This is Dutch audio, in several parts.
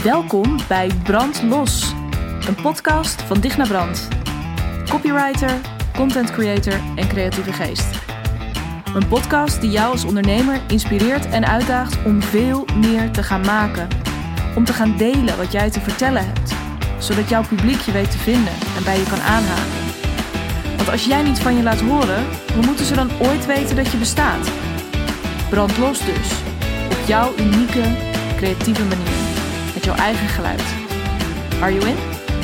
Welkom bij Brand Los, een podcast van Digna Brand. Copywriter, content creator en creatieve geest. Een podcast die jou als ondernemer inspireert en uitdaagt om veel meer te gaan maken. Om te gaan delen wat jij te vertellen hebt, zodat jouw publiek je weet te vinden en bij je kan aanhaken. Want als jij niet van je laat horen, hoe moeten ze dan ooit weten dat je bestaat? Brand los dus, op jouw unieke, creatieve manier. Met jouw eigen geluid. Are you in?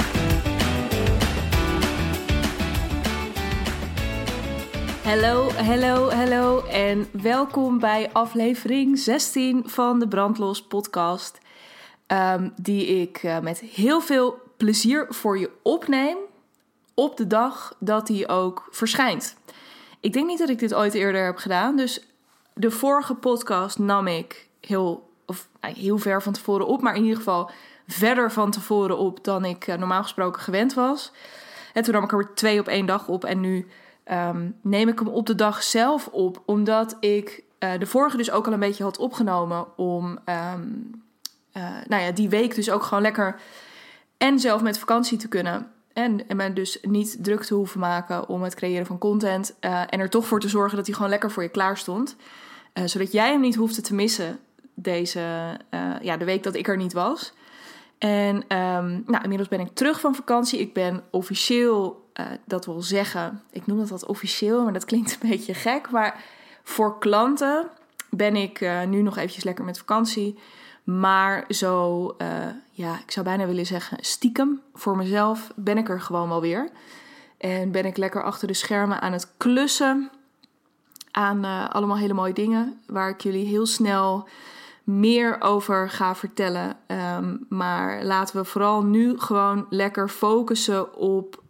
Hallo en welkom bij aflevering 16 van de Brandlos podcast. Die ik met heel veel plezier voor je opneem op de dag dat die ook verschijnt. Ik denk niet dat ik dit ooit eerder heb gedaan, dus de vorige podcast nam ik heel ver van tevoren op, maar in ieder geval verder van tevoren op dan ik normaal gesproken gewend was. En toen nam ik er 2 op 1 dag op en nu neem ik hem op de dag zelf op, omdat ik de vorige dus ook al een beetje had opgenomen om die week dus ook gewoon lekker en zelf met vakantie te kunnen en me dus niet druk te hoeven maken om het creëren van content en er toch voor te zorgen dat hij gewoon lekker voor je klaar stond, zodat jij hem niet hoefde te missen de week dat ik er niet was. En inmiddels ben ik terug van vakantie. Ik ben officieel, dat wil zeggen, ik noem dat officieel, maar dat klinkt een beetje gek. Maar voor klanten ben ik nu nog eventjes lekker met vakantie. Maar zo, ik zou bijna willen zeggen stiekem voor mezelf ben ik er gewoon wel weer. En ben ik lekker achter de schermen aan het klussen aan allemaal hele mooie dingen waar ik jullie heel snel meer over ga vertellen. Maar laten we vooral nu gewoon lekker focussen op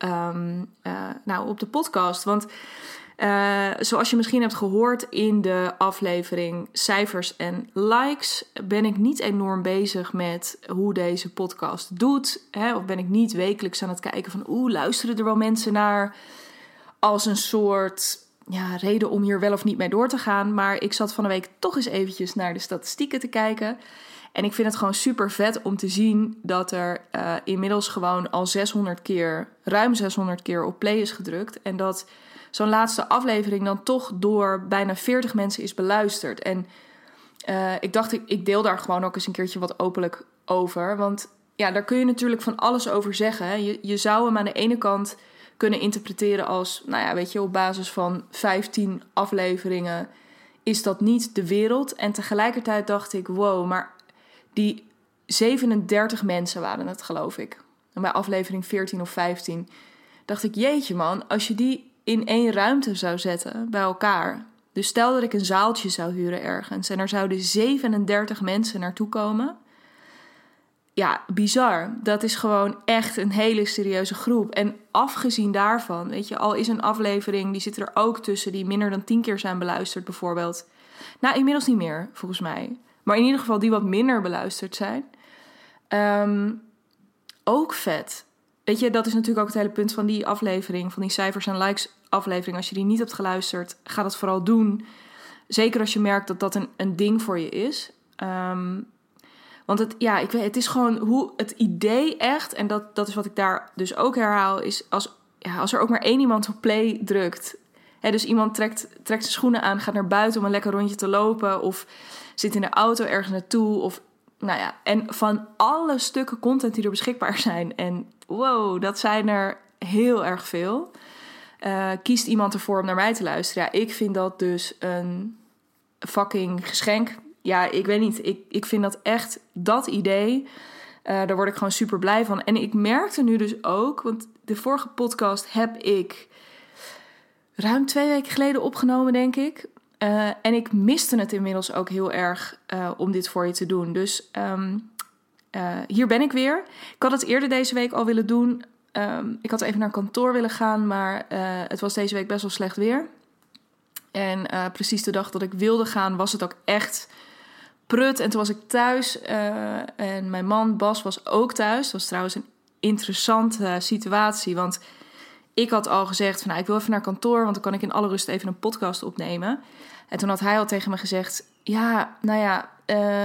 de podcast. Want zoals je misschien hebt gehoord in de aflevering cijfers en likes, ben ik niet enorm bezig met hoe deze podcast doet. Of ben ik niet wekelijks aan het kijken van luisteren er wel mensen naar, als een soort reden om hier wel of niet mee door te gaan. Maar ik zat van de week toch eens eventjes naar de statistieken te kijken. En ik vind het gewoon super vet om te zien dat er inmiddels gewoon al ruim 600 keer op play is gedrukt. En dat zo'n laatste aflevering dan toch door bijna 40 mensen is beluisterd. En ik dacht, ik deel daar gewoon ook eens een keertje wat openlijk over. Want daar kun je natuurlijk van alles over zeggen. Hè. Je zou hem aan de ene kant kunnen interpreteren als, op basis van 15 afleveringen is dat niet de wereld. En tegelijkertijd dacht ik, wow, maar die 37 mensen waren het, geloof ik. En bij aflevering 14 of 15 dacht ik, jeetje man, als je die in 1 ruimte zou zetten bij elkaar. Dus stel dat ik een zaaltje zou huren ergens en er zouden 37 mensen naartoe komen. Ja, bizar. Dat is gewoon echt een hele serieuze groep. En afgezien daarvan, al is een aflevering, die zit er ook tussen die minder dan 10 keer zijn beluisterd bijvoorbeeld. Inmiddels niet meer, volgens mij. Maar in ieder geval die wat minder beluisterd zijn. Ook vet. Dat is natuurlijk ook het hele punt van die aflevering, van die cijfers en likes aflevering. Als je die niet hebt geluisterd, ga dat vooral doen. Zeker als je merkt dat dat een ding voor je is. Want het is gewoon hoe het idee echt, en dat is wat ik daar dus ook herhaal, is als er ook maar 1 iemand op play drukt. Dus iemand trekt zijn schoenen aan, gaat naar buiten om een lekker rondje te lopen, of zit in de auto ergens naartoe, of en van alle stukken content die er beschikbaar zijn, en wow, dat zijn er heel erg veel, kiest iemand ervoor om naar mij te luisteren. Ja, ik vind dat dus een fucking geschenk. Ja, ik weet niet. Ik vind dat echt, dat idee, daar word ik gewoon super blij van. En ik merkte nu dus ook, want de vorige podcast heb ik ruim 2 weken geleden opgenomen, denk ik. En ik miste het inmiddels ook heel erg om dit voor je te doen. Dus hier ben ik weer. Ik had het eerder deze week al willen doen. Ik had even naar kantoor willen gaan, maar het was deze week best wel slecht weer. En precies de dag dat ik wilde gaan, was het ook echt prut. En toen was ik thuis en mijn man Bas was ook thuis. Dat was trouwens een interessante situatie, want ik had al gezegd van ik wil even naar kantoor, want dan kan ik in alle rust even een podcast opnemen. En toen had hij al tegen me gezegd,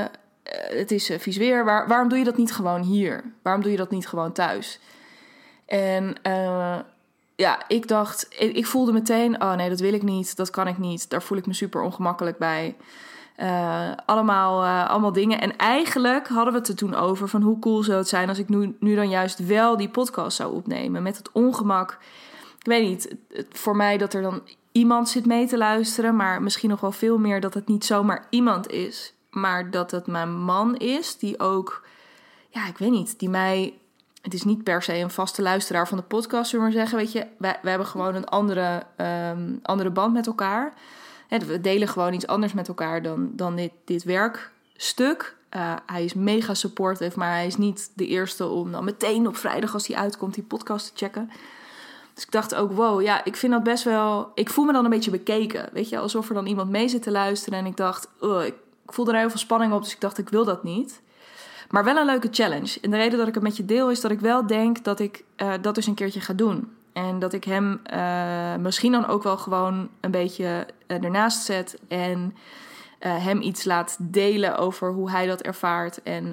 het is vies weer. Waarom doe je dat niet gewoon hier? Waarom doe je dat niet gewoon thuis? En ik dacht, ik voelde meteen, oh nee, dat wil ik niet, dat kan ik niet. Daar voel ik me super ongemakkelijk bij. Allemaal dingen. En eigenlijk hadden we het er toen over van hoe cool zou het zijn als ik nu dan juist wel die podcast zou opnemen. Met het ongemak. Ik weet niet, voor mij dat er dan iemand zit mee te luisteren, maar misschien nog wel veel meer dat het niet zomaar iemand is, maar dat het mijn man is die ook, ik weet niet, die mij... Het is niet per se een vaste luisteraar van de podcast, zullen we maar zeggen. Weet je, wij hebben gewoon een andere band met elkaar. We delen gewoon iets anders met elkaar dan dit werkstuk. Hij is mega supportive, maar hij is niet de eerste om dan meteen op vrijdag als hij uitkomt die podcast te checken. Dus ik dacht ook, wow, ik vind dat best wel... Ik voel me dan een beetje bekeken, weet je. Alsof er dan iemand mee zit te luisteren. En ik dacht, ik voelde er heel veel spanning op, dus ik dacht, ik wil dat niet. Maar wel een leuke challenge. En de reden dat ik het met je deel is dat ik wel denk dat ik dat dus een keertje ga doen. En dat ik hem misschien dan ook wel gewoon een beetje ernaast zet. En hem iets laat delen over hoe hij dat ervaart. En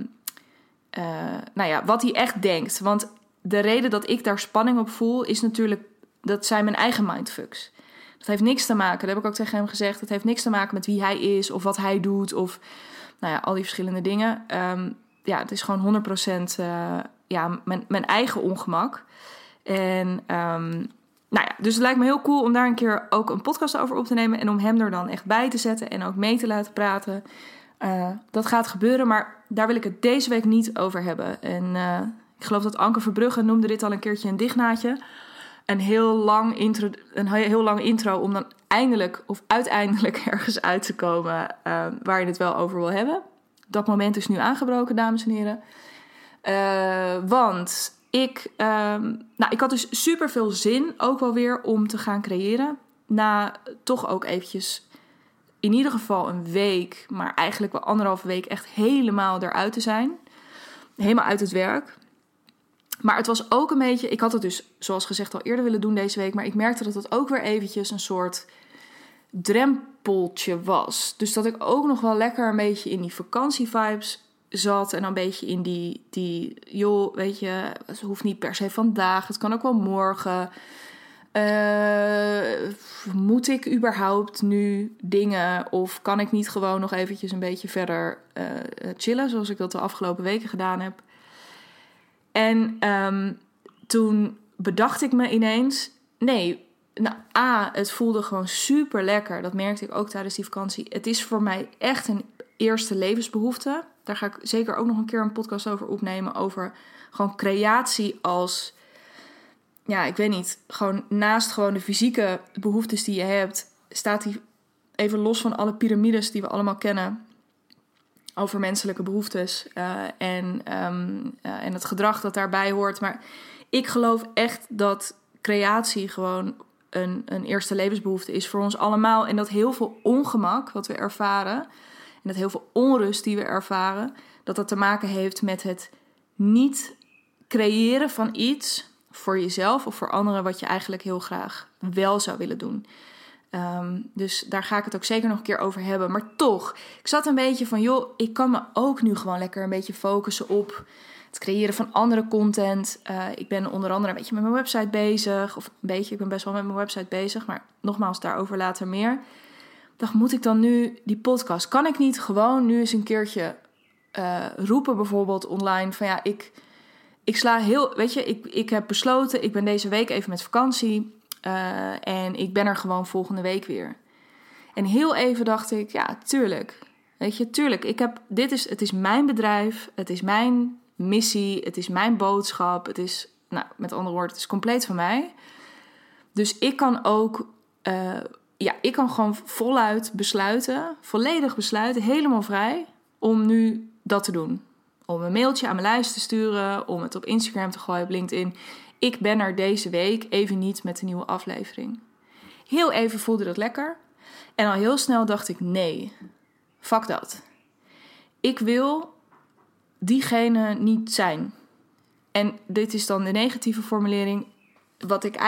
wat hij echt denkt. Want de reden dat ik daar spanning op voel is natuurlijk... Dat zijn mijn eigen mindfucks. Dat heeft niks te maken, dat heb ik ook tegen hem gezegd. Dat heeft niks te maken met wie hij is of wat hij doet of... al die verschillende dingen. Het is gewoon 100% mijn eigen ongemak. En dus het lijkt me heel cool om daar een keer ook een podcast over op te nemen. En om hem er dan echt bij te zetten en ook mee te laten praten. Dat gaat gebeuren, maar daar wil ik het deze week niet over hebben. En ik geloof dat Anke Verbrugge noemde dit al een keertje een dichtnaadje. Een heel lang intro om dan uiteindelijk ergens uit te komen waar je het wel over wil hebben. Dat moment is nu aangebroken, dames en heren. Want ik had dus super veel zin ook wel weer om te gaan creëren. Na toch ook eventjes in ieder geval een week, maar eigenlijk wel 1,5 week echt helemaal eruit te zijn. Helemaal uit het werk. Maar het was ook een beetje... Ik had het dus, zoals gezegd, al eerder willen doen deze week. Maar ik merkte dat het ook weer eventjes een soort drempeltje was. Dus dat ik ook nog wel lekker een beetje in die vakantievibes zat. En een beetje in die joh, weet je, het hoeft niet per se vandaag. Het kan ook wel morgen. Moet ik überhaupt nu dingen? Of kan ik niet gewoon nog eventjes een beetje verder chillen? Zoals ik dat de afgelopen weken gedaan heb. En toen bedacht ik me ineens... Nee, het voelde gewoon super lekker. Dat merkte ik ook tijdens die vakantie. Het is voor mij echt een eerste levensbehoefte. Daar ga ik zeker ook nog een keer een podcast over opnemen. Over gewoon creatie als... ik weet niet. Gewoon naast gewoon de fysieke behoeftes die je hebt... staat die even los van alle piramides die we allemaal kennen... over menselijke behoeftes en het gedrag dat daarbij hoort. Maar ik geloof echt dat creatie gewoon een eerste levensbehoefte is voor ons allemaal. En dat heel veel ongemak wat we ervaren... en dat heel veel onrust die we ervaren... dat te maken heeft met het niet creëren van iets... voor jezelf of voor anderen... wat je eigenlijk heel graag wel zou willen doen... Dus daar ga ik het ook zeker nog een keer over hebben. Maar toch, ik zat een beetje van... joh, ik kan me ook nu gewoon lekker een beetje focussen op... het creëren van andere content. Ik ben onder andere een beetje met mijn website bezig. Of een beetje, ik ben best wel met mijn website bezig. Maar nogmaals, daarover later meer. Ik dacht, moet ik dan nu die podcast... kan ik niet gewoon nu eens een keertje roepen bijvoorbeeld online... van ik sla heel... weet je, ik heb besloten... ik ben deze week even met vakantie... en ik ben er gewoon volgende week weer. En heel even dacht ik, ja, tuurlijk. Weet je, tuurlijk. Het is mijn bedrijf. Het is mijn missie. Het is mijn boodschap. Het is, met andere woorden, het is compleet van mij. Dus ik kan ook, ik kan gewoon voluit besluiten. Volledig besluiten, helemaal vrij. Om nu dat te doen. Om een mailtje aan mijn lijst te sturen. Om het op Instagram te gooien, op LinkedIn. Ik ben er deze week even niet met de nieuwe aflevering. Heel even voelde dat lekker. En al heel snel dacht ik, nee, fuck dat. Ik wil diegene niet zijn. En dit is dan de negatieve formulering. Wat ik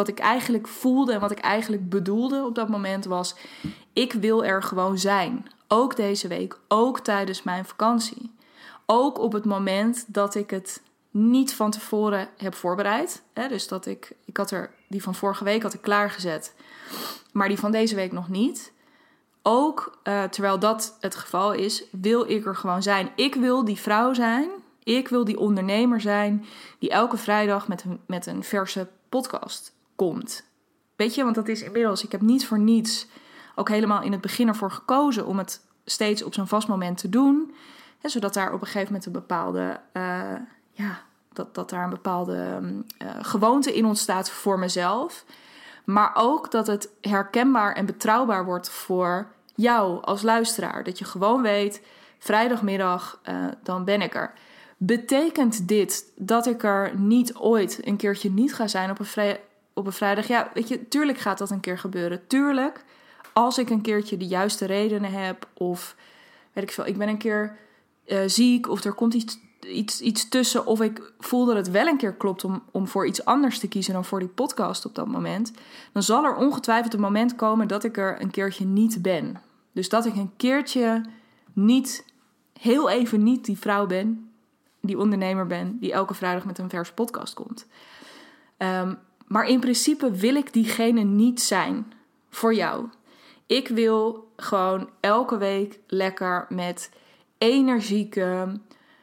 eigenlijk voelde en wat ik eigenlijk bedoelde op dat moment was... ik wil er gewoon zijn. Ook deze week, ook tijdens mijn vakantie. Ook op het moment dat ik het niet van tevoren heb voorbereid. Dus dat ik had er die van vorige week had ik klaargezet, maar die van deze week nog niet. Ook terwijl dat het geval is, wil ik er gewoon zijn. Ik wil die vrouw zijn. Ik wil die ondernemer zijn die elke vrijdag met een verse podcast komt. Weet je, want dat is inmiddels, ik heb niet voor niets ook helemaal in het begin ervoor gekozen om het steeds op zo'n vast moment te doen. Zodat daar op een gegeven moment een bepaalde, dat daar een bepaalde gewoonte in ontstaat voor mezelf. Maar ook dat het herkenbaar en betrouwbaar wordt voor jou als luisteraar. Dat je gewoon weet, vrijdagmiddag, dan ben ik er. Betekent dit dat ik er niet ooit een keertje niet ga zijn op een vrijdag? Ja, weet je, tuurlijk gaat dat een keer gebeuren. Tuurlijk, als ik een keertje de juiste redenen heb of weet ik veel, ik ben een keer ziek of er komt iets tussen of ik voel dat het wel een keer klopt om voor iets anders te kiezen dan voor die podcast op dat moment, dan zal er ongetwijfeld een moment komen dat ik er een keertje niet ben. Dus dat ik een keertje heel even niet die vrouw ben, die ondernemer ben, die elke vrijdag met een verse podcast komt. Maar in principe wil ik diegene niet zijn voor jou. Ik wil gewoon elke week lekker met energieke,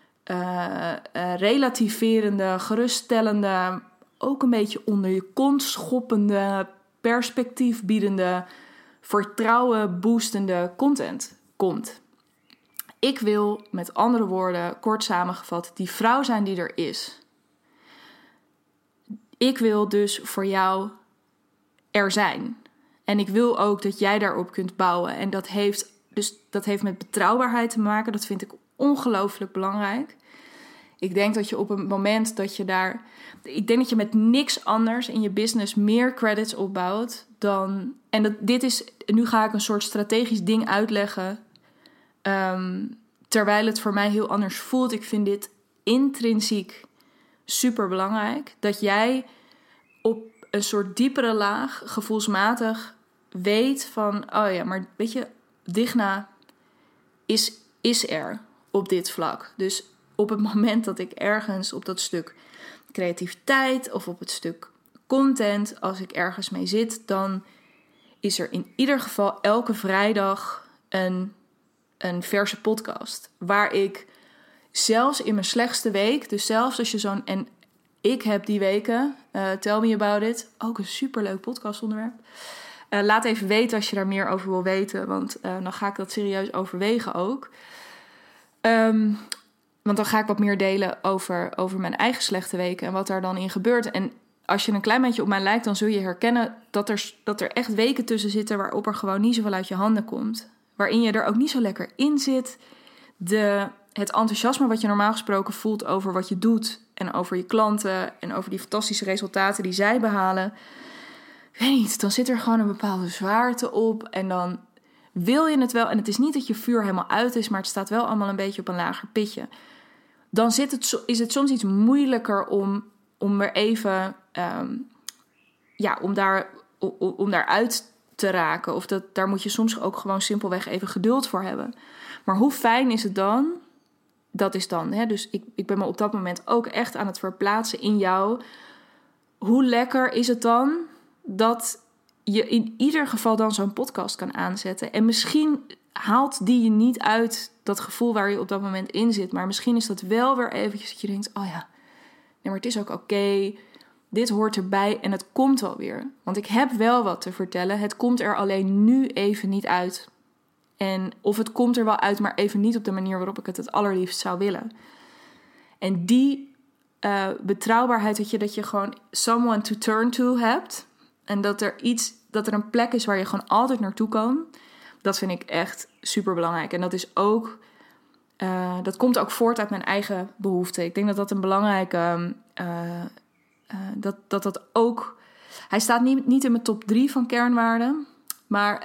relativerende, geruststellende, ook een beetje onder je kont schoppende, perspectief biedende, vertrouwen boostende content komt. Ik wil, met andere woorden, kort samengevat, die vrouw zijn die er is. Ik wil dus voor jou er zijn. En ik wil ook dat jij daarop kunt bouwen. En dat heeft met betrouwbaarheid te maken. Dat vind ik ongelooflijk belangrijk. Ik denk dat je op een moment dat je daar... Ik denk dat je met niks anders in je business meer credits opbouwt dan... En dit is... Nu ga ik een soort strategisch ding uitleggen. Terwijl het voor mij heel anders voelt. Ik vind dit intrinsiek super belangrijk. Dat jij op een soort diepere laag, gevoelsmatig, weet van... Oh ja, maar weet je, Digna is er op dit vlak. Dus op het moment dat ik ergens op dat stuk creativiteit of op het stuk content, als ik ergens mee zit, dan is er in ieder geval elke vrijdag een verse podcast. Waar ik zelfs in mijn slechtste week, dus zelfs als je zo'n... En ik heb die weken, Tell Me About It, ook een superleuk podcastonderwerp. Laat even weten als je daar meer over wil weten, want dan ga ik dat serieus overwegen ook. Want dan ga ik wat meer delen over mijn eigen slechte weken en wat daar dan in gebeurt. En als je een klein beetje op mij lijkt, dan zul je herkennen dat er echt weken tussen zitten waarop er gewoon niet zoveel uit je handen komt. Waarin je er ook niet zo lekker in zit. Het enthousiasme wat je normaal gesproken voelt over wat je doet en over je klanten en over die fantastische resultaten die zij behalen. Ik weet niet, dan zit er gewoon een bepaalde zwaarte op en dan wil je het wel. En het is niet dat je vuur helemaal uit is, maar het staat wel allemaal een beetje op een lager pitje. Dan is het soms iets moeilijker om weer even om daar uit te raken. Of daar moet je soms ook gewoon simpelweg even geduld voor hebben. Maar hoe fijn is het dan? Dat is dan, dus ik ben me op dat moment ook echt aan het verplaatsen in jou. Hoe lekker is het dan dat je in ieder geval dan zo'n podcast kan aanzetten. En misschien haalt die je niet uit dat gevoel waar je op dat moment in zit. Maar misschien is dat wel weer eventjes dat je denkt, oh ja, nee, maar het is ook oké. Dit hoort erbij en het komt wel weer. Want ik heb wel wat te vertellen. Het komt er alleen nu even niet uit. Of het komt er wel uit, maar even niet op de manier waarop ik het allerliefst zou willen. En die betrouwbaarheid, dat je gewoon someone to turn to hebt. En dat er een plek is waar je gewoon altijd naartoe kan. Dat vind ik echt super belangrijk. En dat is ook, dat komt ook voort uit mijn eigen behoeften. Ik denk dat dat een belangrijke, dat ook, hij staat niet in mijn top 3 van kernwaarden. Maar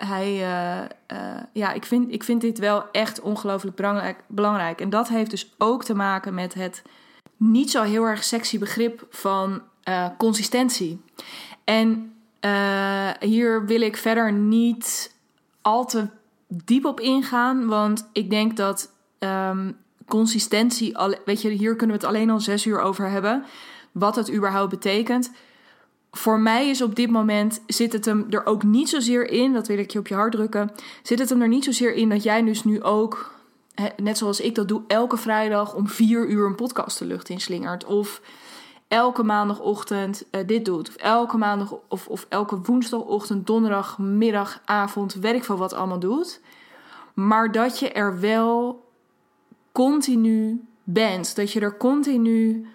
ik vind dit wel echt ongelooflijk belangrijk. En dat heeft dus ook te maken met het niet zo heel erg sexy begrip van consistentie. En hier wil ik verder niet al te diep op ingaan, want ik denk dat consistentie, weet je, hier kunnen we het alleen al 6 uur over hebben, wat het überhaupt betekent. Voor mij is op dit moment, zit het hem er ook niet zozeer in, dat wil ik je op je hart drukken, zit het hem er niet zozeer in dat jij dus nu ook, net zoals ik dat doe, elke vrijdag om 4 uur een podcast de lucht inslingert. Of elke maandagochtend dit doet. Of elke maandag of elke woensdagochtend, donderdag, middag, avond, weet ik veel wat allemaal doet. Maar dat je er wel continu bent. Dat je er continu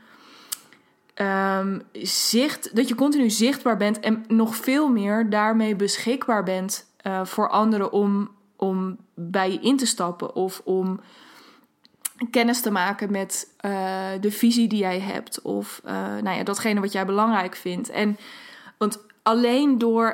dat je continu zichtbaar bent en nog veel meer daarmee beschikbaar bent voor anderen om bij je in te stappen of om kennis te maken met de visie die jij hebt of datgene wat jij belangrijk vindt. Want alleen door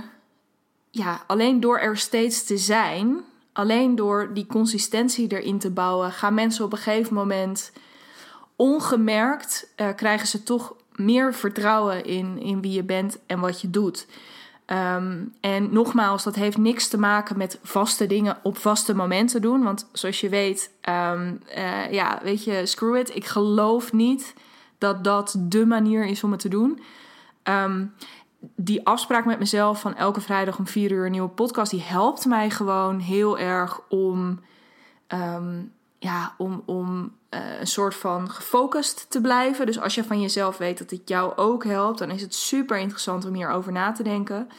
er steeds te zijn, alleen door die consistentie erin te bouwen, gaan mensen op een gegeven moment ongemerkt krijgen ze toch meer vertrouwen in wie je bent en wat je doet. En nogmaals, dat heeft niks te maken met vaste dingen op vaste momenten doen. Want zoals je weet, weet je, screw it. Ik geloof niet dat dat de manier is om het te doen. Die afspraak met mezelf van elke vrijdag om 4 uur een nieuwe podcast, die helpt mij gewoon heel erg om een soort van gefocust te blijven. Dus als je van jezelf weet dat het jou ook helpt, dan is het super interessant om hierover na te denken.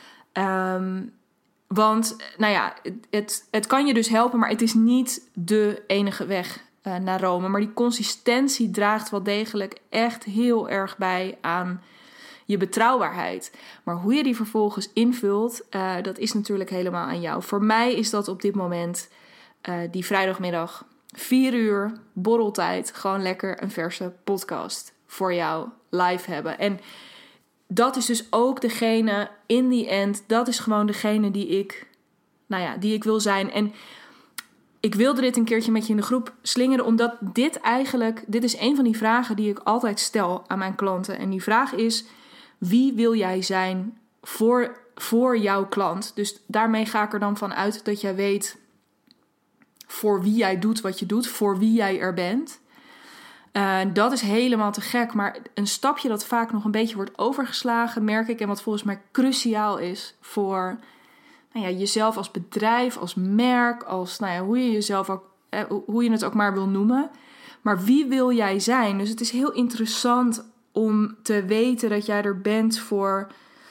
Want, het kan je dus helpen, maar het is niet de enige weg naar Rome. Maar die consistentie draagt wel degelijk echt heel erg bij aan je betrouwbaarheid. Maar hoe je die vervolgens invult, dat is natuurlijk helemaal aan jou. Voor mij is dat op dit moment die vrijdagmiddag 4 uur, borreltijd, gewoon lekker een verse podcast voor jou live hebben. En dat is dus ook degene, in the end, dat is gewoon degene die ik wil zijn. En ik wilde dit een keertje met je in de groep slingeren, omdat dit is een van die vragen die ik altijd stel aan mijn klanten. En die vraag is, wie wil jij zijn voor jouw klant? Dus daarmee ga ik er dan van uit dat jij weet voor wie jij doet wat je doet, voor wie jij er bent. Dat is helemaal te gek, maar een stapje dat vaak nog een beetje wordt overgeslagen, merk ik, en wat volgens mij cruciaal is voor jezelf als bedrijf, als merk, als hoe je jezelf ook, hoe je het ook maar wil noemen. Maar wie wil jij zijn? Dus het is heel interessant om te weten dat jij er bent voor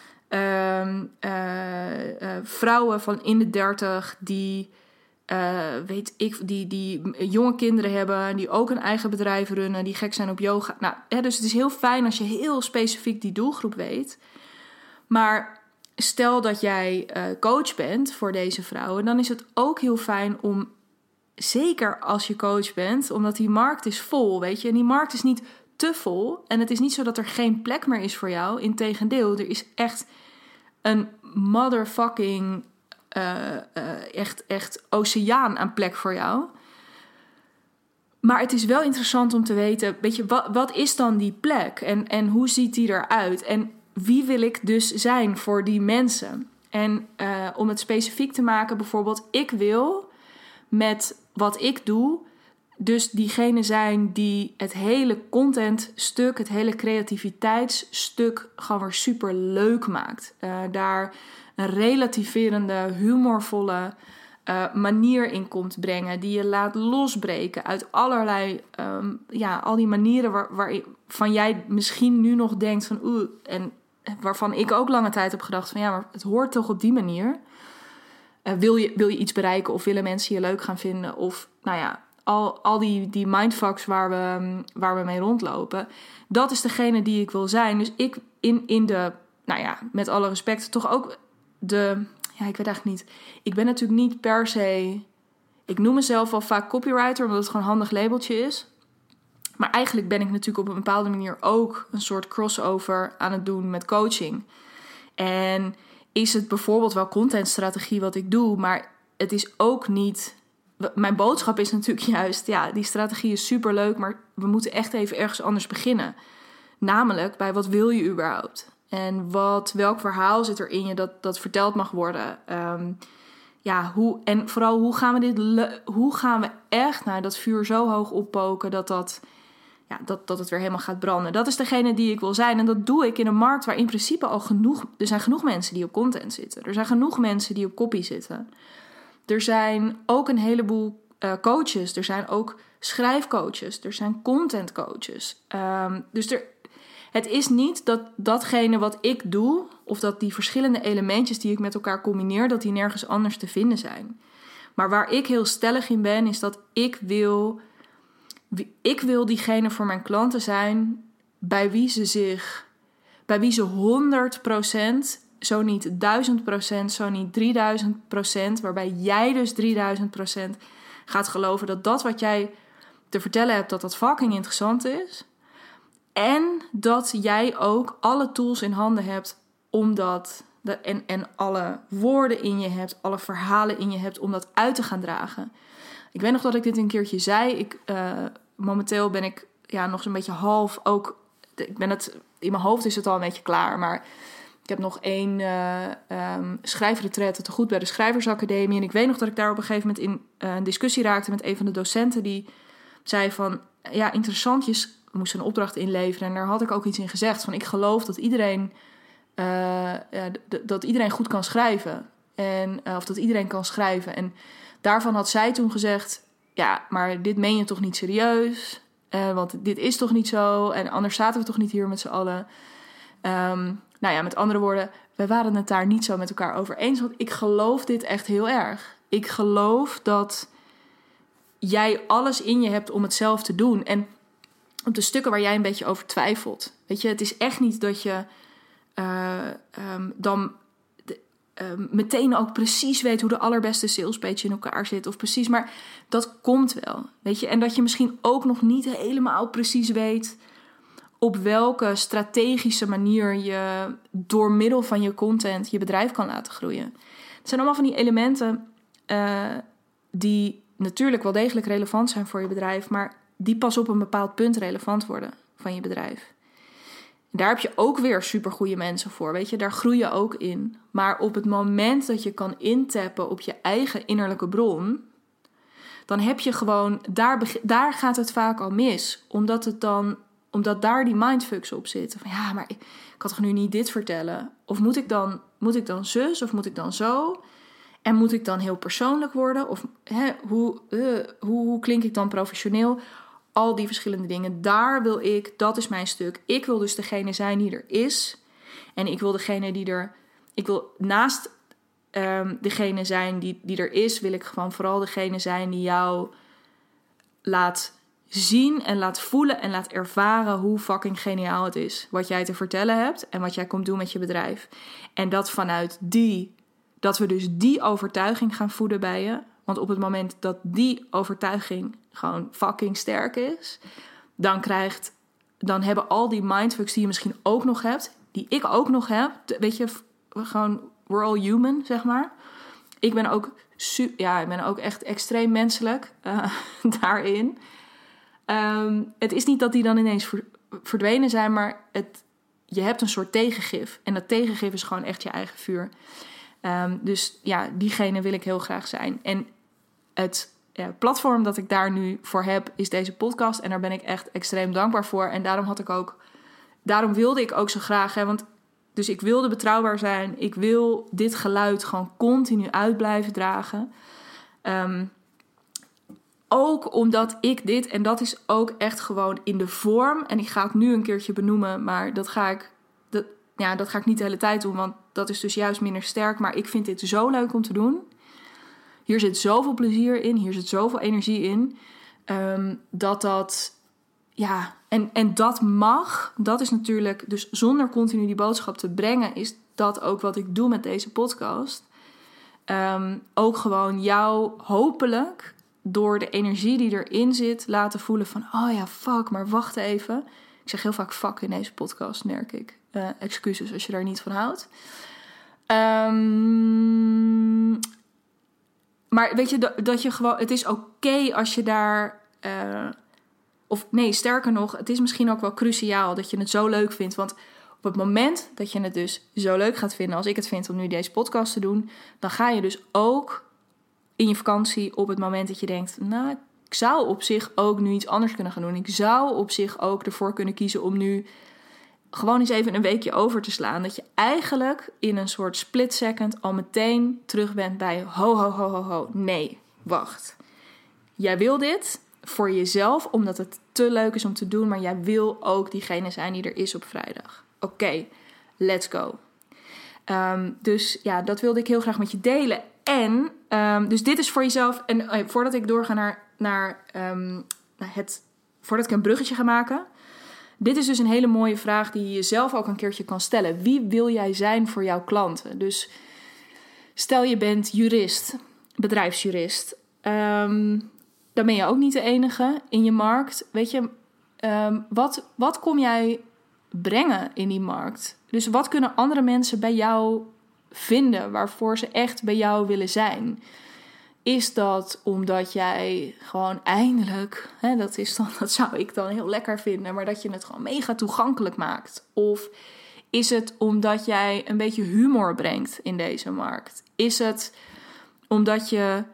vrouwen van in de 30 die die jonge kinderen hebben, die ook een eigen bedrijf runnen, die gek zijn op yoga. Dus het is heel fijn als je heel specifiek die doelgroep weet. Maar stel dat jij coach bent voor deze vrouwen, dan is het ook heel fijn om, zeker als je coach bent, omdat die markt is vol, weet je. En die markt is niet te vol. En het is niet zo dat er geen plek meer is voor jou. Integendeel, er is echt een motherfucking echt oceaan aan plek voor jou. Maar het is wel interessant om te weten, weet je, wat is dan die plek? En hoe ziet die eruit? En wie wil ik dus zijn voor die mensen? En om het specifiek te maken, bijvoorbeeld, ik wil met wat ik doe dus diegene zijn die het hele contentstuk, het hele creativiteitsstuk gewoon weer super leuk maakt. Daar een relativerende, humorvolle manier in komt brengen, die je laat losbreken uit allerlei, al die manieren waarvan jij misschien nu nog denkt van en waarvan ik ook lange tijd heb gedacht van maar het hoort toch op die manier. Wil je iets bereiken of willen mensen je leuk gaan vinden of al die mindfucks waar we mee rondlopen. Dat is degene die ik wil zijn. Dus ik in de, met alle respect, toch ook ik weet eigenlijk niet. Ik ben natuurlijk niet per se, ik noem mezelf wel vaak copywriter, omdat het gewoon een handig labeltje is. Maar eigenlijk ben ik natuurlijk op een bepaalde manier ook een soort crossover aan het doen met coaching. En is het bijvoorbeeld wel contentstrategie wat ik doe, maar het is ook niet. Mijn boodschap is natuurlijk juist, die strategie is superleuk, maar we moeten echt even ergens anders beginnen. Namelijk bij wat wil je überhaupt? En welk verhaal zit er in je dat verteld mag worden? en vooral hoe gaan we echt dat vuur zo hoog oppoken dat het weer helemaal gaat branden. Dat is degene die ik wil zijn. En dat doe ik in een markt waar in principe er zijn genoeg mensen die op content zitten. Er zijn genoeg mensen die op copy zitten. Er zijn ook een heleboel coaches. Er zijn ook schrijfcoaches. Er zijn contentcoaches. Dus het is niet dat datgene wat ik doe, of dat die verschillende elementjes die ik met elkaar combineer, dat die nergens anders te vinden zijn. Maar waar ik heel stellig in ben, is dat ik wil diegene voor mijn klanten zijn bij wie ze 100%, zo niet 1000%, zo niet 3000%, waarbij jij dus 3000% gaat geloven dat wat jij te vertellen hebt, dat fucking interessant is. En dat jij ook alle tools in handen hebt om en alle woorden in je hebt, alle verhalen in je hebt om dat uit te gaan dragen. Ik weet nog dat ik dit een keertje zei. Momenteel ben ik nog zo'n beetje half ook. In mijn hoofd is het al een beetje klaar, maar ik heb nog 1 schrijfretraite te goed bij de Schrijversacademie. En ik weet nog dat ik daar op een gegeven moment in een discussie raakte met een van de docenten die zei van, ja, interessant, je moest een opdracht inleveren. En daar had ik ook iets in gezegd van, ik geloof dat iedereen goed kan schrijven. Of dat iedereen kan schrijven. En daarvan had zij toen gezegd, ja, maar dit meen je toch niet serieus? Want dit is toch niet zo? En anders zaten we toch niet hier met z'n allen? Met andere woorden, wij waren het daar niet zo met elkaar over eens. Want ik geloof dit echt heel erg. Ik geloof dat jij alles in je hebt om het zelf te doen. En op de stukken waar jij een beetje over twijfelt. Weet je, het is echt niet dat je dan meteen ook precies weet hoe de allerbeste salespage in elkaar zit. Of precies, maar dat komt wel. Weet je, en dat je misschien ook nog niet helemaal precies weet op welke strategische manier je door middel van je content je bedrijf kan laten groeien. Het zijn allemaal van die elementen die natuurlijk wel degelijk relevant zijn voor je bedrijf, maar die pas op een bepaald punt relevant worden van je bedrijf. Daar heb je ook weer supergoeie mensen voor, weet je. Daar groei je ook in. Maar op het moment dat je kan intappen op je eigen innerlijke bron, dan heb je gewoon, daar gaat het vaak al mis. Omdat daar die mindfucks op zitten. Van ja, maar ik kan toch nu niet dit vertellen? Of moet ik dan zus of moet ik dan zo? En moet ik dan heel persoonlijk worden? Of hoe klink ik dan professioneel? Al die verschillende dingen. Dat is mijn stuk. Ik wil dus degene zijn die er is. En ik wil ik wil naast degene zijn die er is, wil ik gewoon vooral degene zijn die jou laat zien en laat voelen en laat ervaren hoe fucking geniaal het is. Wat jij te vertellen hebt en wat jij komt doen met je bedrijf. En dat dat we dus die overtuiging gaan voeden bij je. Want op het moment dat die overtuiging gewoon fucking sterk is, dan hebben al die mindfucks die je misschien ook nog hebt, die ik ook nog heb, weet je, gewoon we're all human, zeg maar. Ik ben ook echt extreem menselijk daarin. Het is niet dat die dan ineens verdwenen zijn, maar je hebt een soort tegengif. En dat tegengif is gewoon echt je eigen vuur. Dus ja, diegene wil ik heel graag zijn. En het platform dat ik daar nu voor heb, is deze podcast. En daar ben ik echt extreem dankbaar voor. En daarom wilde ik ook zo graag, dus ik wilde betrouwbaar zijn. Ik wil dit geluid gewoon continu uit blijven dragen. Ook omdat ik dit, en dat is ook echt gewoon in de vorm, en ik ga het nu een keertje benoemen, maar dat ga ik niet de hele tijd doen, want dat is dus juist minder sterk. Maar ik vind dit zo leuk om te doen. Hier zit zoveel plezier in, hier zit zoveel energie in. En dat mag, dat is natuurlijk, dus zonder continu die boodschap te brengen, is dat ook wat ik doe met deze podcast. Ook gewoon jou hopelijk door de energie die erin zit laten voelen van, oh ja, fuck, maar wacht even. Ik zeg heel vaak fuck in deze podcast, merk ik. Excuses als je daar niet van houdt. Maar weet je, dat je gewoon, het is oké als je daar, sterker nog, het is misschien ook wel cruciaal dat je het zo leuk vindt. Want op het moment dat je het dus zo leuk gaat vinden als ik het vind om nu deze podcast te doen, dan ga je dus ook in je vakantie op het moment dat je denkt, nou, ik zou op zich ook nu iets anders kunnen gaan doen. Ik zou op zich ook ervoor kunnen kiezen om nu gewoon eens even een weekje over te slaan. Dat je eigenlijk in een soort split second al meteen terug bent bij ho. Nee, wacht. Jij wil dit voor jezelf, omdat het te leuk is om te doen. Maar jij wil ook diegene zijn die er is op vrijdag. Oké, let's go. Dus ja, dat wilde ik heel graag met je delen. En, dus dit is voor jezelf. En voordat ik doorga voordat ik een bruggetje ga maken. Dit is dus een hele mooie vraag die je jezelf ook een keertje kan stellen. Wie wil jij zijn voor jouw klanten? Dus stel je bent jurist, bedrijfsjurist. Dan ben je ook niet de enige in je markt. Weet je, wat kom jij brengen in die markt? Dus wat kunnen andere mensen bij jou vinden waarvoor ze echt bij jou willen zijn? Is dat omdat jij gewoon eindelijk, dat zou ik dan heel lekker vinden, maar dat je het gewoon mega toegankelijk maakt? Of is het omdat jij een beetje humor brengt in deze markt? Is het omdat je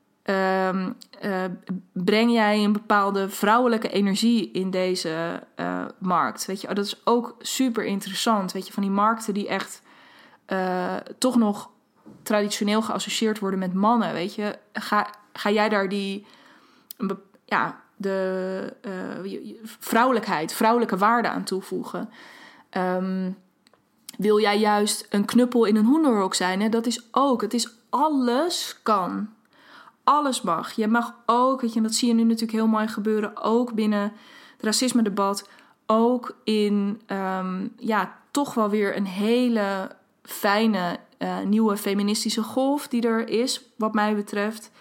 breng jij een bepaalde vrouwelijke energie in deze markt? Weet je, dat is ook super interessant. Weet je, van die markten die echt toch nog traditioneel geassocieerd worden met mannen. Weet je, ga jij daar de vrouwelijkheid, vrouwelijke waarde aan toevoegen? Wil jij juist een knuppel in een hoenderhok zijn? Hè? Dat is ook, het is alles kan. Alles mag. Je mag ook, weet je, en dat zie je nu natuurlijk heel mooi gebeuren, ook binnen het racisme-debat, ook in, toch wel weer een hele fijne nieuwe feministische golf die er is, wat mij betreft.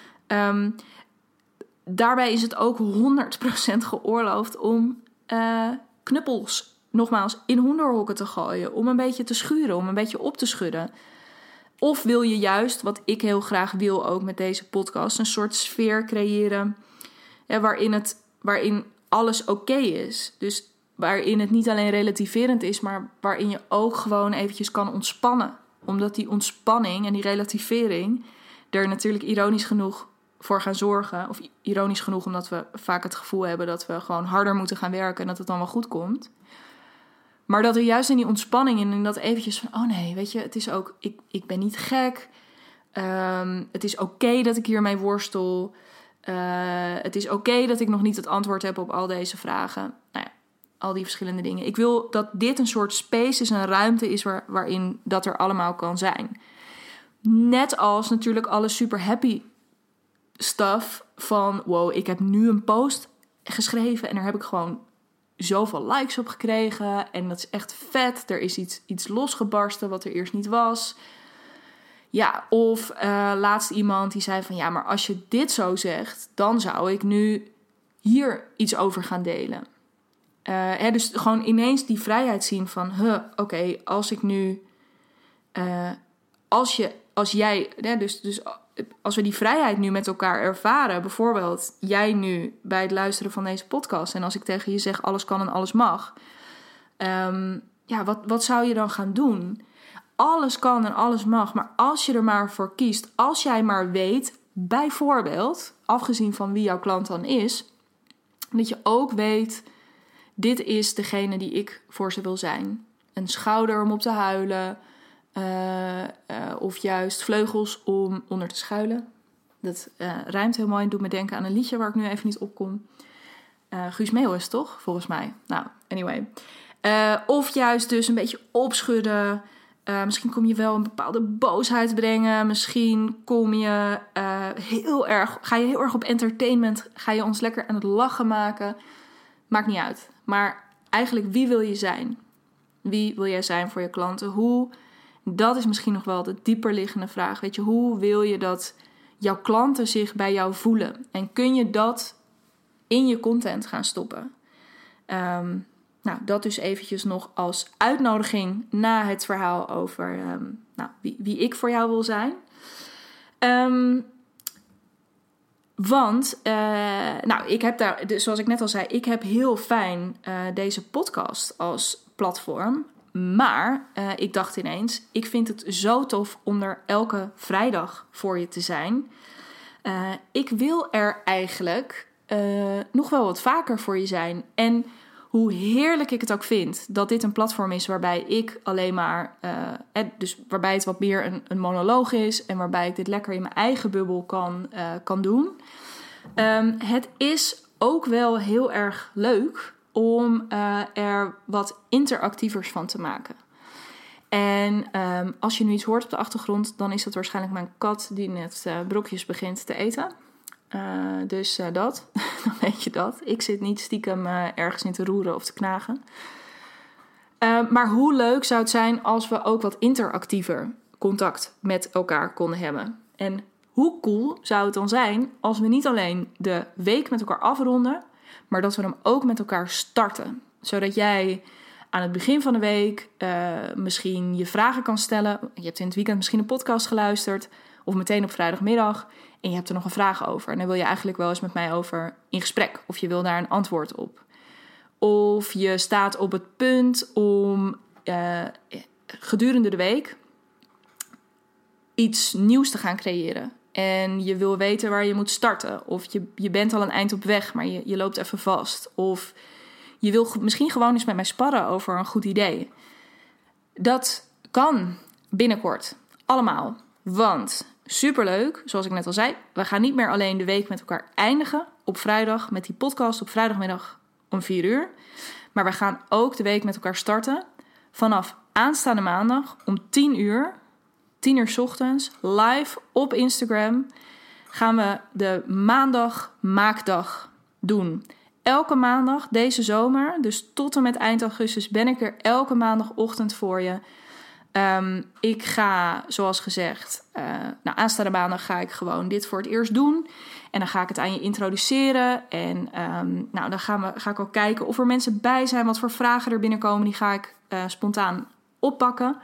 Daarbij is het ook 100% geoorloofd om knuppels, nogmaals, in hoenderhokken te gooien, om een beetje te schuren, om een beetje op te schudden. Of wil je juist, wat ik heel graag wil ook met deze podcast, een soort sfeer creëren waarin alles oké is. Dus waarin het niet alleen relativerend is, maar waarin je ook gewoon eventjes kan ontspannen. Omdat die ontspanning en die relativering er natuurlijk ironisch genoeg voor gaan zorgen. Of ironisch genoeg omdat we vaak het gevoel hebben dat we gewoon harder moeten gaan werken en dat het dan wel goed komt. Maar dat er juist in die ontspanning en in dat eventjes van, oh nee, weet je, het is ook, ik ben niet gek. Het is oké dat ik hiermee worstel. Het is oké dat ik nog niet het antwoord heb op al deze vragen. Nou ja, al die verschillende dingen. Ik wil dat dit een soort space is, een ruimte is waarin dat er allemaal kan zijn. Net als natuurlijk alle super happy stuff van, wow, ik heb nu een post geschreven en daar heb ik gewoon zoveel likes op gekregen en dat is echt vet. Er is iets losgebarsten wat er eerst niet was. Ja, of laatst iemand die zei van, ja, maar als je dit zo zegt, dan zou ik nu hier iets over gaan delen. Dus gewoon ineens die vrijheid zien van, oké, als ik nu, als jij, dus als we die vrijheid nu met elkaar ervaren, bijvoorbeeld jij nu bij het luisteren van deze podcast en als ik tegen je zeg alles kan en alles mag, wat zou je dan gaan doen? Alles kan en alles mag, maar als je er maar voor kiest, als jij maar weet, bijvoorbeeld, afgezien van wie jouw klant dan is, dat je ook weet, dit is degene die ik voor ze wil zijn. Een schouder om op te huilen, of juist vleugels om onder te schuilen. Dat rijmt heel mooi en doet me denken aan een liedje waar ik nu even niet op kom. Guus Meeuwis, toch? Volgens mij. Nou, anyway. Of juist dus een beetje opschudden. Misschien kom je wel een bepaalde boosheid brengen. Misschien ga je heel erg op entertainment. Ga je ons lekker aan het lachen maken. Maakt niet uit. Maar eigenlijk, wie wil je zijn? Wie wil jij zijn voor je klanten? Dat is misschien nog wel de dieper liggende vraag. Weet je, hoe wil je dat jouw klanten zich bij jou voelen? En kun je dat in je content gaan stoppen? Dat dus eventjes nog als uitnodiging na het verhaal over wie ik voor jou wil zijn. Ik heb daar, zoals ik net al zei, ik heb heel fijn deze podcast als platform. Maar ik dacht ineens, ik vind het zo tof om er elke vrijdag voor je te zijn. Ik wil er eigenlijk nog wel wat vaker voor je zijn. En hoe heerlijk ik het ook vind dat dit een platform is waarbij ik alleen maar... dus waarbij het wat meer een monoloog is en waarbij ik dit lekker in mijn eigen bubbel kan doen. Het is ook wel heel erg leuk om er wat interactievers van te maken. En als je nu iets hoort op de achtergrond, dan is dat waarschijnlijk mijn kat die net brokjes begint te eten. Dus dat, dan weet je dat. Ik zit niet stiekem ergens in te roeren of te knagen. Maar hoe leuk zou het zijn als we ook wat interactiever contact met elkaar konden hebben? En hoe cool zou het dan zijn als we niet alleen de week met elkaar afronden, maar dat we hem ook met elkaar starten. Zodat jij aan het begin van de week misschien je vragen kan stellen. Je hebt in het weekend misschien een podcast geluisterd of meteen op vrijdagmiddag en je hebt er nog een vraag over. En dan wil je eigenlijk wel eens met mij over in gesprek of je wil daar een antwoord op. Of je staat op het punt om gedurende de week iets nieuws te gaan creëren. En je wil weten waar je moet starten. Of je bent al een eind op weg, maar je loopt even vast. Of je wil misschien gewoon eens met mij sparren over een goed idee. Dat kan binnenkort allemaal. Want superleuk, zoals ik net al zei, we gaan niet meer alleen de week met elkaar eindigen op vrijdag met die podcast op vrijdagmiddag om 4:00. Maar we gaan ook de week met elkaar starten vanaf aanstaande maandag om 10:00. 10:00 's ochtends, live op Instagram, gaan we de maandag maakdag doen. Elke maandag deze zomer, dus tot en met eind augustus, ben ik er elke maandagochtend voor je. Ik ga, zoals gezegd, aanstaande maandag ga ik gewoon dit voor het eerst doen. En dan ga ik het aan je introduceren. En dan ga ik ook kijken of er mensen bij zijn, wat voor vragen er binnenkomen. Die ga ik spontaan oppakken.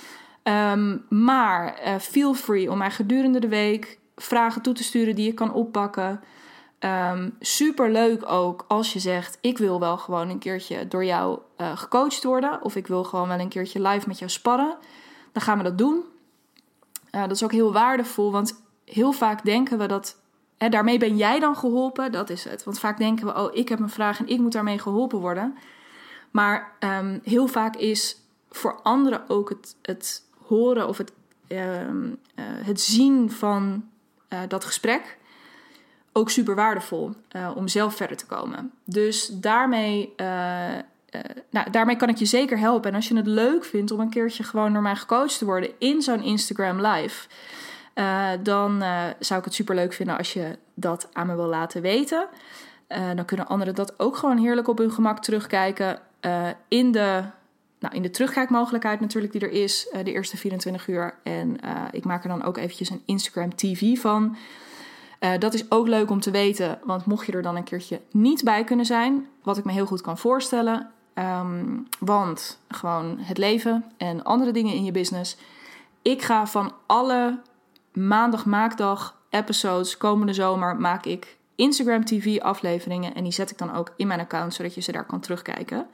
Maar feel free om mij gedurende de week vragen toe te sturen die je kan oppakken. Super leuk ook als je zegt, ik wil wel gewoon een keertje door jou gecoacht worden. Of ik wil gewoon wel een keertje live met jou sparren. Dan gaan we dat doen. Dat is ook heel waardevol, want heel vaak denken we dat... daarmee ben jij dan geholpen, dat is het. Want vaak denken we, ik heb een vraag en ik moet daarmee geholpen worden. Maar heel vaak is voor anderen ook het horen of het zien van dat gesprek ook super waardevol om zelf verder te komen. Dus daarmee kan ik je zeker helpen. En als je het leuk vindt om een keertje gewoon door mij gecoacht te worden in zo'n Instagram live, dan zou ik het super leuk vinden als je dat aan me wil laten weten. Dan kunnen anderen dat ook gewoon heerlijk op hun gemak terugkijken. In de terugkijkmogelijkheid natuurlijk die er is, de eerste 24 uur. En ik maak er dan ook eventjes een Instagram TV van. Dat is ook leuk om te weten, want mocht je er dan een keertje niet bij kunnen zijn, wat ik me heel goed kan voorstellen, want gewoon het leven en andere dingen in je business. Ik ga van alle maandag maakdag episodes komende zomer maak ik Instagram TV afleveringen en die zet ik dan ook in mijn account, zodat je ze daar kan terugkijken.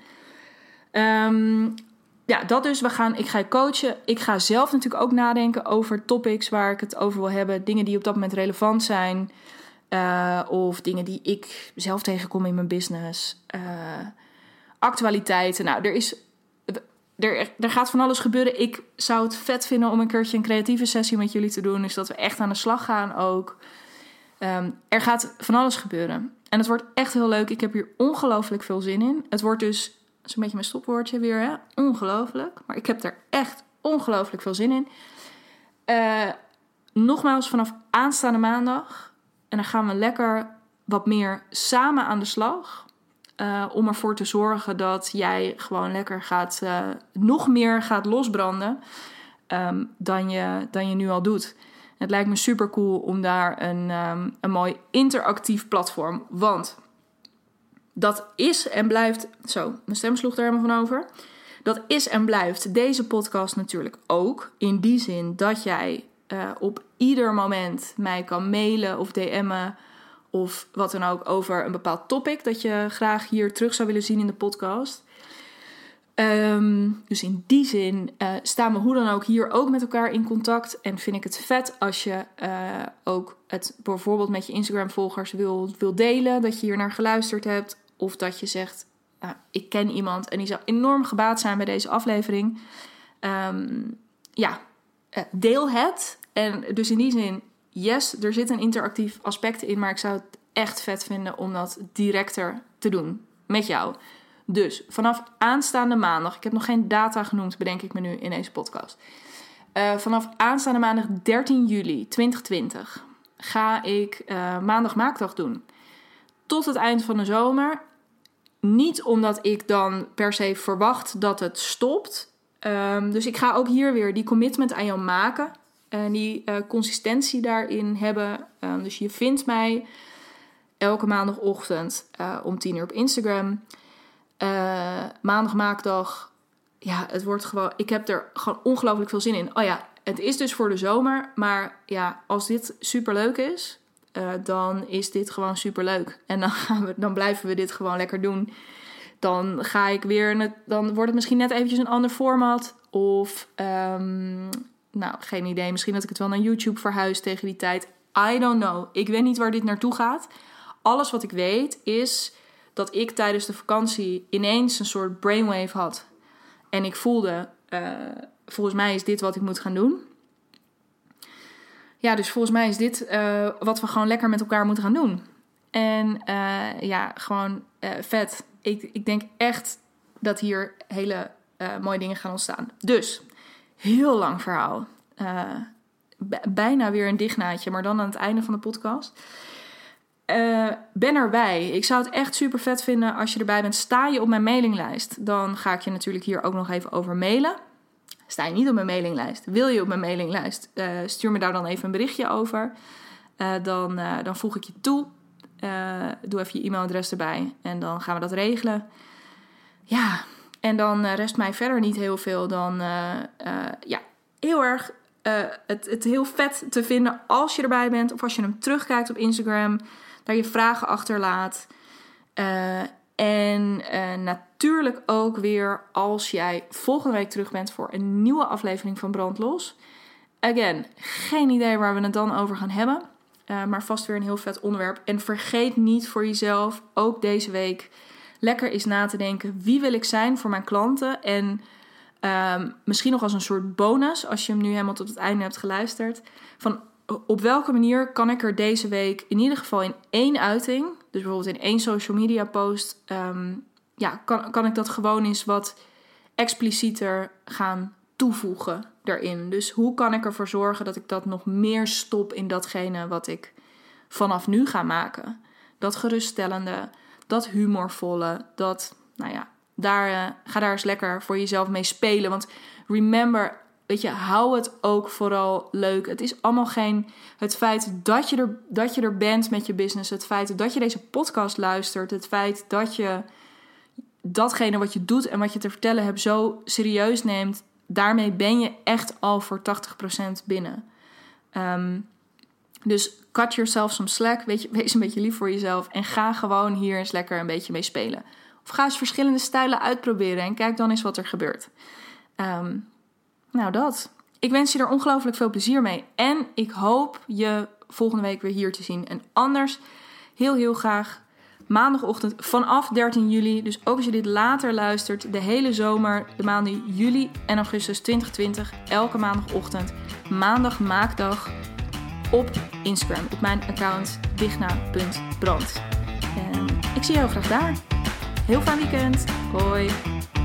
Dat dus. Ik ga je coachen. Ik ga zelf natuurlijk ook nadenken over topics waar ik het over wil hebben. Dingen die op dat moment relevant zijn. Of dingen die ik zelf tegenkom in mijn business. Actualiteiten. Er gaat van alles gebeuren. Ik zou het vet vinden om een keertje een creatieve sessie met jullie te doen. Dus dat we echt aan de slag gaan ook. Er gaat van alles gebeuren. En het wordt echt heel leuk. Ik heb hier ongelooflijk veel zin in. Het wordt dus... Dat is een beetje mijn stopwoordje weer, hè? Ongelooflijk. Maar ik heb er echt ongelooflijk veel zin in. Nogmaals, vanaf aanstaande maandag. En dan gaan we lekker wat meer samen aan de slag. Om ervoor te zorgen dat jij gewoon lekker nog meer gaat losbranden. Dan je nu al doet. Het lijkt me super cool om daar een mooi interactief platform. Want... dat is en blijft... Zo, mijn stem sloeg er helemaal van over. Dat is en blijft deze podcast natuurlijk ook. In die zin dat jij op ieder moment mij kan mailen of DM'en... of wat dan ook over een bepaald topic... dat je graag hier terug zou willen zien in de podcast. Dus in die zin staan we hoe dan ook hier ook met elkaar in contact. En vind ik het vet als je ook het bijvoorbeeld met je Instagram-volgers wil delen. Dat je hier naar geluisterd hebt. Of dat je zegt, ik ken iemand en die zou enorm gebaat zijn bij deze aflevering. Deel het. En dus in die zin, yes, er zit een interactief aspect in. Maar ik zou het echt vet vinden om dat directer te doen met jou. Dus vanaf aanstaande maandag, ik heb nog geen data genoemd, bedenk ik me nu in deze podcast. Vanaf aanstaande maandag 13 juli 2020 ga ik maandag maakdag doen. Tot het eind van de zomer. Niet omdat ik dan per se verwacht dat het stopt. Dus ik ga ook hier weer die commitment aan jou maken. En die consistentie daarin hebben. Dus je vindt mij elke maandagochtend om 10 uur op Instagram. Maandag maakdag. Ja, het wordt gewoon. Ik heb er gewoon ongelooflijk veel zin in. Oh ja, het is dus voor de zomer. Maar ja, als dit superleuk is, dan is dit gewoon superleuk. En dan blijven we dit gewoon lekker doen. Dan ga ik weer. Dan wordt het misschien net eventjes een ander format. Of geen idee. Misschien dat ik het wel naar YouTube verhuis tegen die tijd. I don't know. Ik weet niet waar dit naartoe gaat. Alles wat ik weet is dat ik tijdens de vakantie ineens een soort brainwave had. En ik voelde, volgens mij is dit wat ik moet gaan doen. Ja, dus volgens mij is dit wat we gewoon lekker met elkaar moeten gaan doen. En gewoon vet. Ik denk echt dat hier hele mooie dingen gaan ontstaan. Dus, heel lang verhaal. Bijna weer een dichtnaadje, maar dan aan het einde van de podcast. Ben erbij. Ik zou het echt super vet vinden als je erbij bent. Sta je op mijn mailinglijst, dan ga ik je natuurlijk hier ook nog even over mailen. Sta je niet op mijn mailinglijst, wil je op mijn mailinglijst, stuur me daar dan even een berichtje over. Dan voeg ik je toe. Doe even je e-mailadres erbij en dan gaan we dat regelen. Ja, en dan rest mij verder niet heel veel dan heel erg het heel vet te vinden als je erbij bent of als je hem terugkijkt op Instagram, daar je vragen achterlaat. En natuurlijk ook weer als jij volgende week terug bent voor een nieuwe aflevering van Brandlos. Again, geen idee waar we het dan over gaan hebben. Maar vast weer een heel vet onderwerp. En vergeet niet voor jezelf, ook deze week, lekker eens na te denken. Wie wil ik zijn voor mijn klanten? En misschien nog als een soort bonus, als je hem nu helemaal tot het einde hebt geluisterd. Van op welke manier kan ik er deze week in ieder geval in één uiting, dus bijvoorbeeld in één social media post, kan ik dat gewoon eens wat explicieter gaan toevoegen daarin. Dus hoe kan ik ervoor zorgen dat ik dat nog meer stop in datgene wat ik vanaf nu ga maken? Dat geruststellende, dat humorvolle, dat, ga daar eens lekker voor jezelf mee spelen. Want remember, weet je, hou het ook vooral leuk. Het is allemaal geen, het feit dat je er bent met je business, het feit dat je deze podcast luistert, het feit dat je datgene wat je doet en wat je te vertellen hebt zo serieus neemt, daarmee ben je echt al voor 80% binnen. Dus cut yourself some slack. Wees een beetje lief voor jezelf. En ga gewoon hier eens lekker een beetje mee spelen. Of ga eens verschillende stijlen uitproberen. En kijk dan eens wat er gebeurt. Dat. Ik wens je er ongelooflijk veel plezier mee. En ik hoop je volgende week weer hier te zien. En anders heel, heel graag maandagochtend vanaf 13 juli. Dus ook als je dit later luistert. De hele zomer, de maanden juli en augustus 2020. Elke maandagochtend. Maandag maakdag op Instagram. Op mijn account digna.brand. En ik zie jou graag daar. Heel fijn weekend. Hoi.